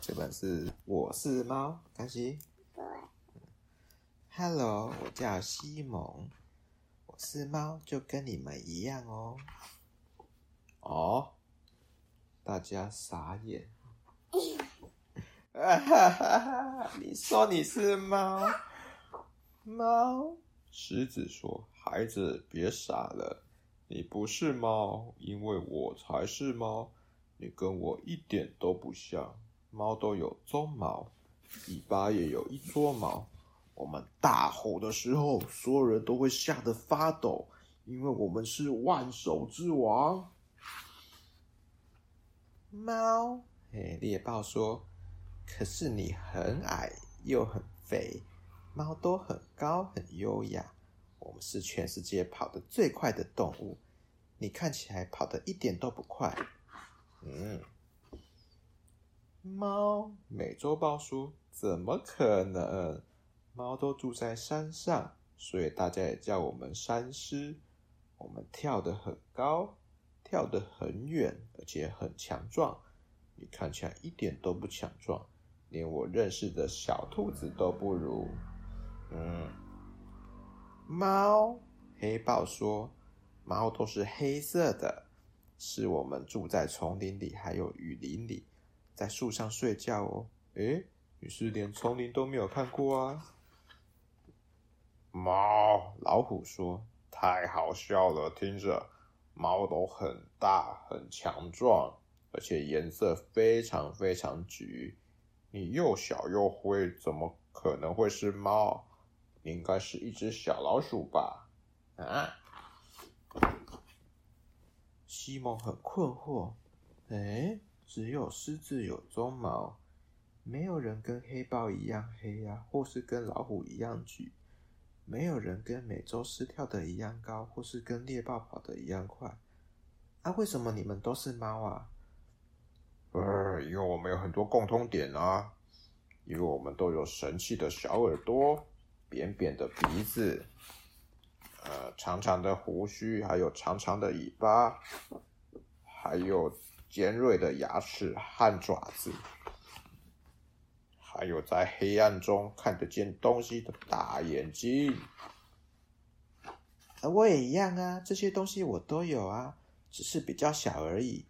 这本是我是猫，开始。Hello， 我叫西蒙，我是猫，就跟你们一样哦。哦，大家傻眼。你说你是猫？猫？狮子说：“孩子，别傻了，你不是猫，因为我才是猫。你跟我一点都不像。猫都有鬃毛，尾巴也有一撮毛。我们大吼的时候，所有人都会吓得发抖，因为我们是万兽之王。”猫，猎豹说：“可是你很矮又很肥，猫都很高很优雅。我们是全世界跑得最快的动物，你看起来跑得一点都不快。”猫，美洲豹说：“怎么可能？猫都住在山上，所以大家也叫我们山狮。我们跳得很高，跳得很远，而且很强壮。你看起来一点都不强壮，连我认识的小兔子都不如。”猫，黑豹说：“猫都是黑色的，是我们住在丛林里，还有雨林里，在树上睡觉哦。”你是连丛林都没有看过啊？猫，老虎说：“太好笑了，听着，猫都很大很强壮，而且颜色非常非常橘。你又小又灰，怎么可能会是猫？你应该是一只小老鼠吧？”西蒙很困惑，只有狮子有鬃毛，没有人跟黑豹一样黑啊，或是跟老虎一样橘，没有人跟美洲狮跳得一样高，或是跟猎豹跑得一样快。为什么你们都是猫啊？因为我们有很多共通点啊，因为我们都有神奇的小耳朵，扁扁的鼻子，长长的胡须，还有长长的尾巴，还有尖锐的牙齿和爪子，还有在黑暗中看得见东西的大眼睛。我也一样啊，这些东西我都有啊，只是比较小而已。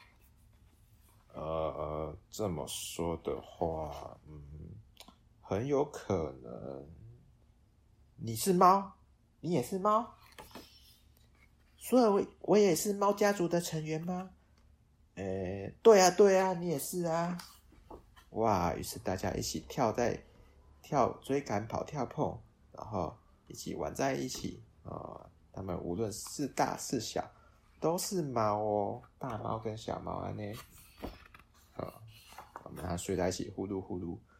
这么说的话，很有可能。你是猫，你也是猫，所以我也是猫家族的成员吗？对啊，你也是啊。哇，于是大家一起跳追赶跑跳碰，然后一起玩在一起他们无论是大是小，都是猫哦，大猫跟小猫呢。我们还睡在一起呼噜呼噜。